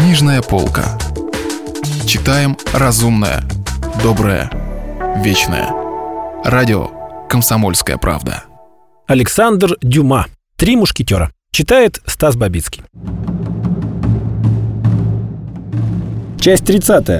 Книжная полка. Читаем разумное, доброе, вечное. Радио «Комсомольская правда». Александр Дюма. «Три мушкетера». Читает Стас Бабицкий. Часть 30.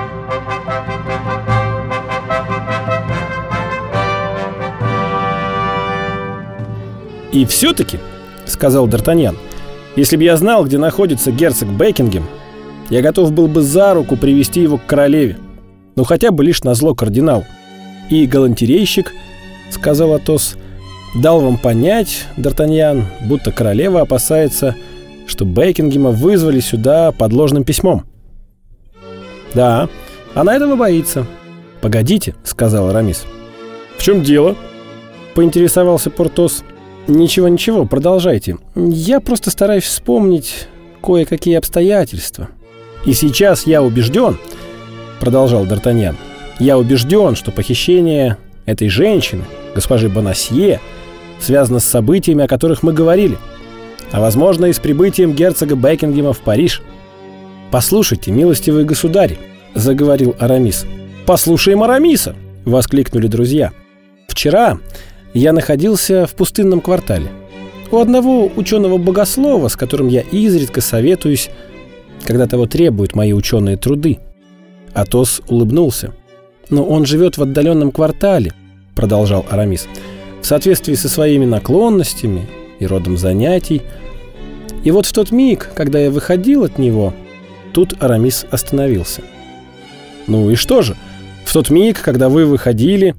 «И все-таки, — сказал Д'Артаньян, — если бы я знал, где находится герцог Бекингем, я готов был бы за руку привести его к королеве, ну хотя бы лишь назло кардиналу. И галантерейщик, — сказал Атос, — дал вам понять, Д'Артаньян, будто королева опасается, что Бекингема вызвали сюда под ложным письмом. Да, она этого боится. Погодите, — сказал Арамис. В чем дело? — поинтересовался Портос. Ничего, продолжайте. Я просто стараюсь вспомнить кое-какие обстоятельства. И сейчас я убежден, — продолжал Д'Артаньян, — я убежден, что похищение этой женщины, госпожи Бонасье, связано с событиями, о которых мы говорили, а, возможно, и с прибытием герцога Бекингема в Париж. «Послушайте, милостивый государь, — заговорил Арамис. «Послушаем Арамиса!» — воскликнули друзья. «Вчера я находился в пустынном квартале у одного ученого-богослова, с которым я изредка советуюсь, когда того требуют мои ученые труды». Атос улыбнулся. «Но он живет в отдаленном квартале, — продолжал Арамис, — в соответствии со своими наклонностями и родом занятий. И вот в тот миг, когда я выходил от него...» Тут Арамис остановился. «Ну и что же? В тот миг, когда вы выходили...»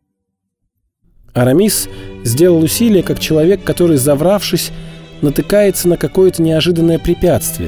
Арамис сделал усилие, как человек, который, завравшись, натыкается на какое-то неожиданное препятствие.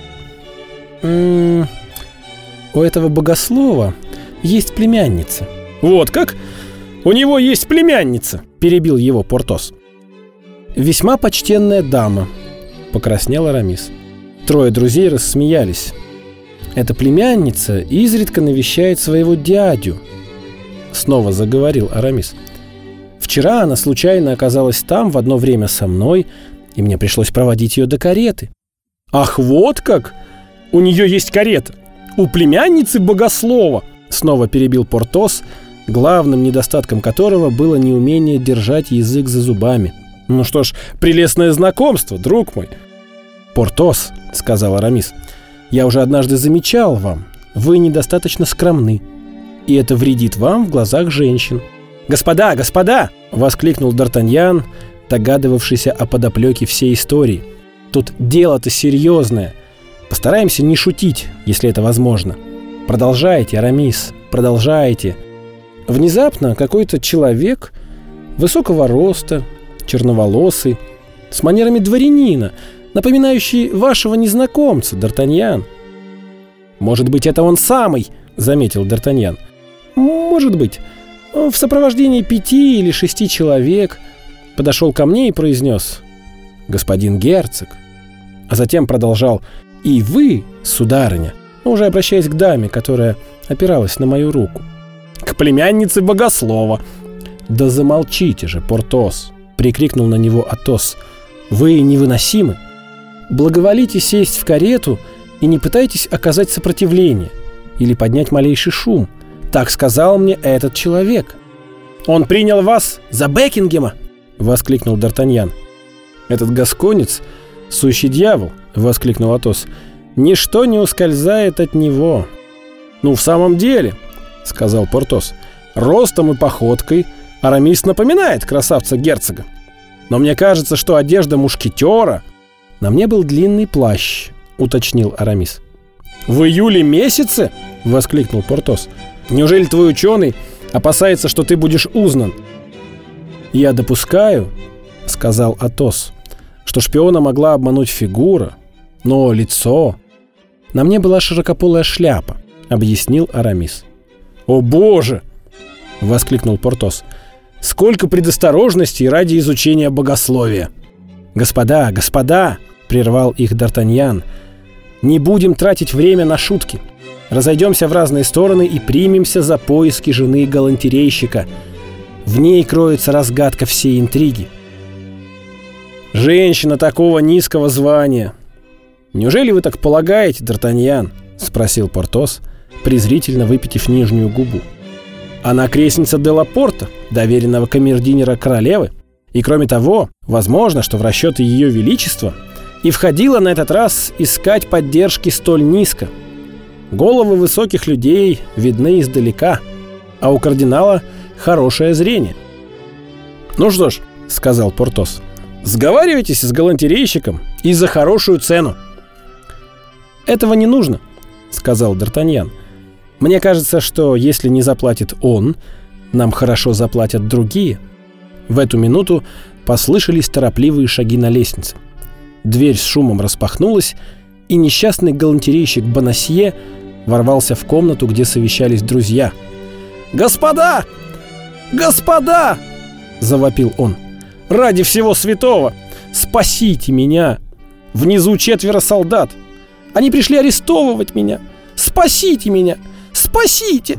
«У этого богослова есть племянница». «Вот как? У него есть племянница!» — перебил его Портос. «Весьма почтенная дама», — покраснел Арамис. Трое друзей рассмеялись. «Эта племянница изредка навещает своего дядю», — снова заговорил Арамис. «Вчера она случайно оказалась там в одно время со мной, и мне пришлось проводить ее до кареты». «Ах, вот как! У нее есть карета! У племянницы богослова!» — снова перебил Портос, главным недостатком которого было неумение держать язык за зубами. «Ну что ж, прелестное знакомство, друг мой!» «Портос, — сказал Арамис, — я уже однажды замечал вам, вы недостаточно скромны, и это вредит вам в глазах женщин». «Господа, господа! — воскликнул Д'Артаньян, догадывавшийся о подоплеке всей истории. Тут дело-то серьезное. Постараемся не шутить, если это возможно. Продолжайте, Арамис, продолжайте». Внезапно какой-то человек высокого роста, черноволосый, с манерами дворянина, напоминающий вашего незнакомца, Д'Артаньян. «Может быть, это он самый, — заметил Д'Артаньян. — Может быть. В сопровождении 5 или 6 человек подошел ко мне и произнес: господин герцог. А затем продолжал: и вы, сударыня, уже обращаясь к даме, которая опиралась на мою руку. К племяннице богослова. Да замолчите же, Портос, — прикрикнул на него Атос. Вы невыносимы. Благоволите сесть в карету и не пытайтесь оказать сопротивление или поднять малейший шум. Так сказал мне этот человек. Он принял вас за Бекингема, — воскликнул Д'Артаньян. Этот гасконец — сущий дьявол, — воскликнул Атос. Ничто не ускользает от него. Ну, в самом деле, — сказал Портос, — ростом и походкой Арамис напоминает красавца-герцога. Но мне кажется, что одежда мушкетера... На мне был длинный плащ, — уточнил Арамис. В июле месяце? — воскликнул Портос. Неужели твой ученый опасается, что ты будешь узнан? Я допускаю, — сказал Атос, — что шпиона могла обмануть фигура, но лицо... На мне была широкополая шляпа, — объяснил Арамис. О боже! — воскликнул Портос. Сколько предосторожностей ради изучения богословия! Господа, господа! — прервал их Д'Артаньян. Не будем тратить время на шутки. Разойдемся в разные стороны и примемся за поиски жены галантерейщика. В ней кроется разгадка всей интриги. Женщина такого низкого звания, «Неужели вы так полагаете, Д'Артаньян?» — спросил Портос, презрительно выпятив нижнюю губу. «Она крестница де ла Порта, доверенного камердинера королевы, и, кроме того, возможно, что в расчеты ее величества и входила на этот раз искать поддержки столь низко. Головы высоких людей видны издалека, а у кардинала хорошее зрение». «Ну что ж», — сказал Портос, — «сговаривайтесь с галантерейщиком и за хорошую цену». «Этого не нужно», — сказал Д'Артаньян. «Мне кажется, что если не заплатит он, нам хорошо заплатят другие». В эту минуту послышались торопливые шаги на лестнице. Дверь с шумом распахнулась, и несчастный галантерейщик Бонасье ворвался в комнату, где совещались друзья. «Господа! Господа!» — завопил он. «Ради всего святого! Спасите меня! Внизу 4 солдат! Они пришли арестовывать меня! Спасите меня! Спасите!»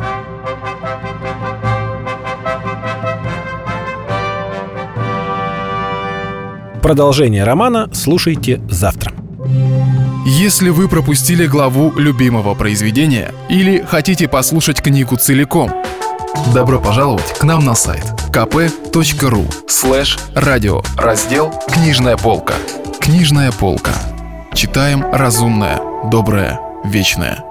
Продолжение романа слушайте завтра. Если вы пропустили главу любимого произведения или хотите послушать книгу целиком, добро пожаловать к нам на сайт kp.ru/радио, раздел «Книжная полка». Книжная полка. Читаем разумное, доброе, вечное.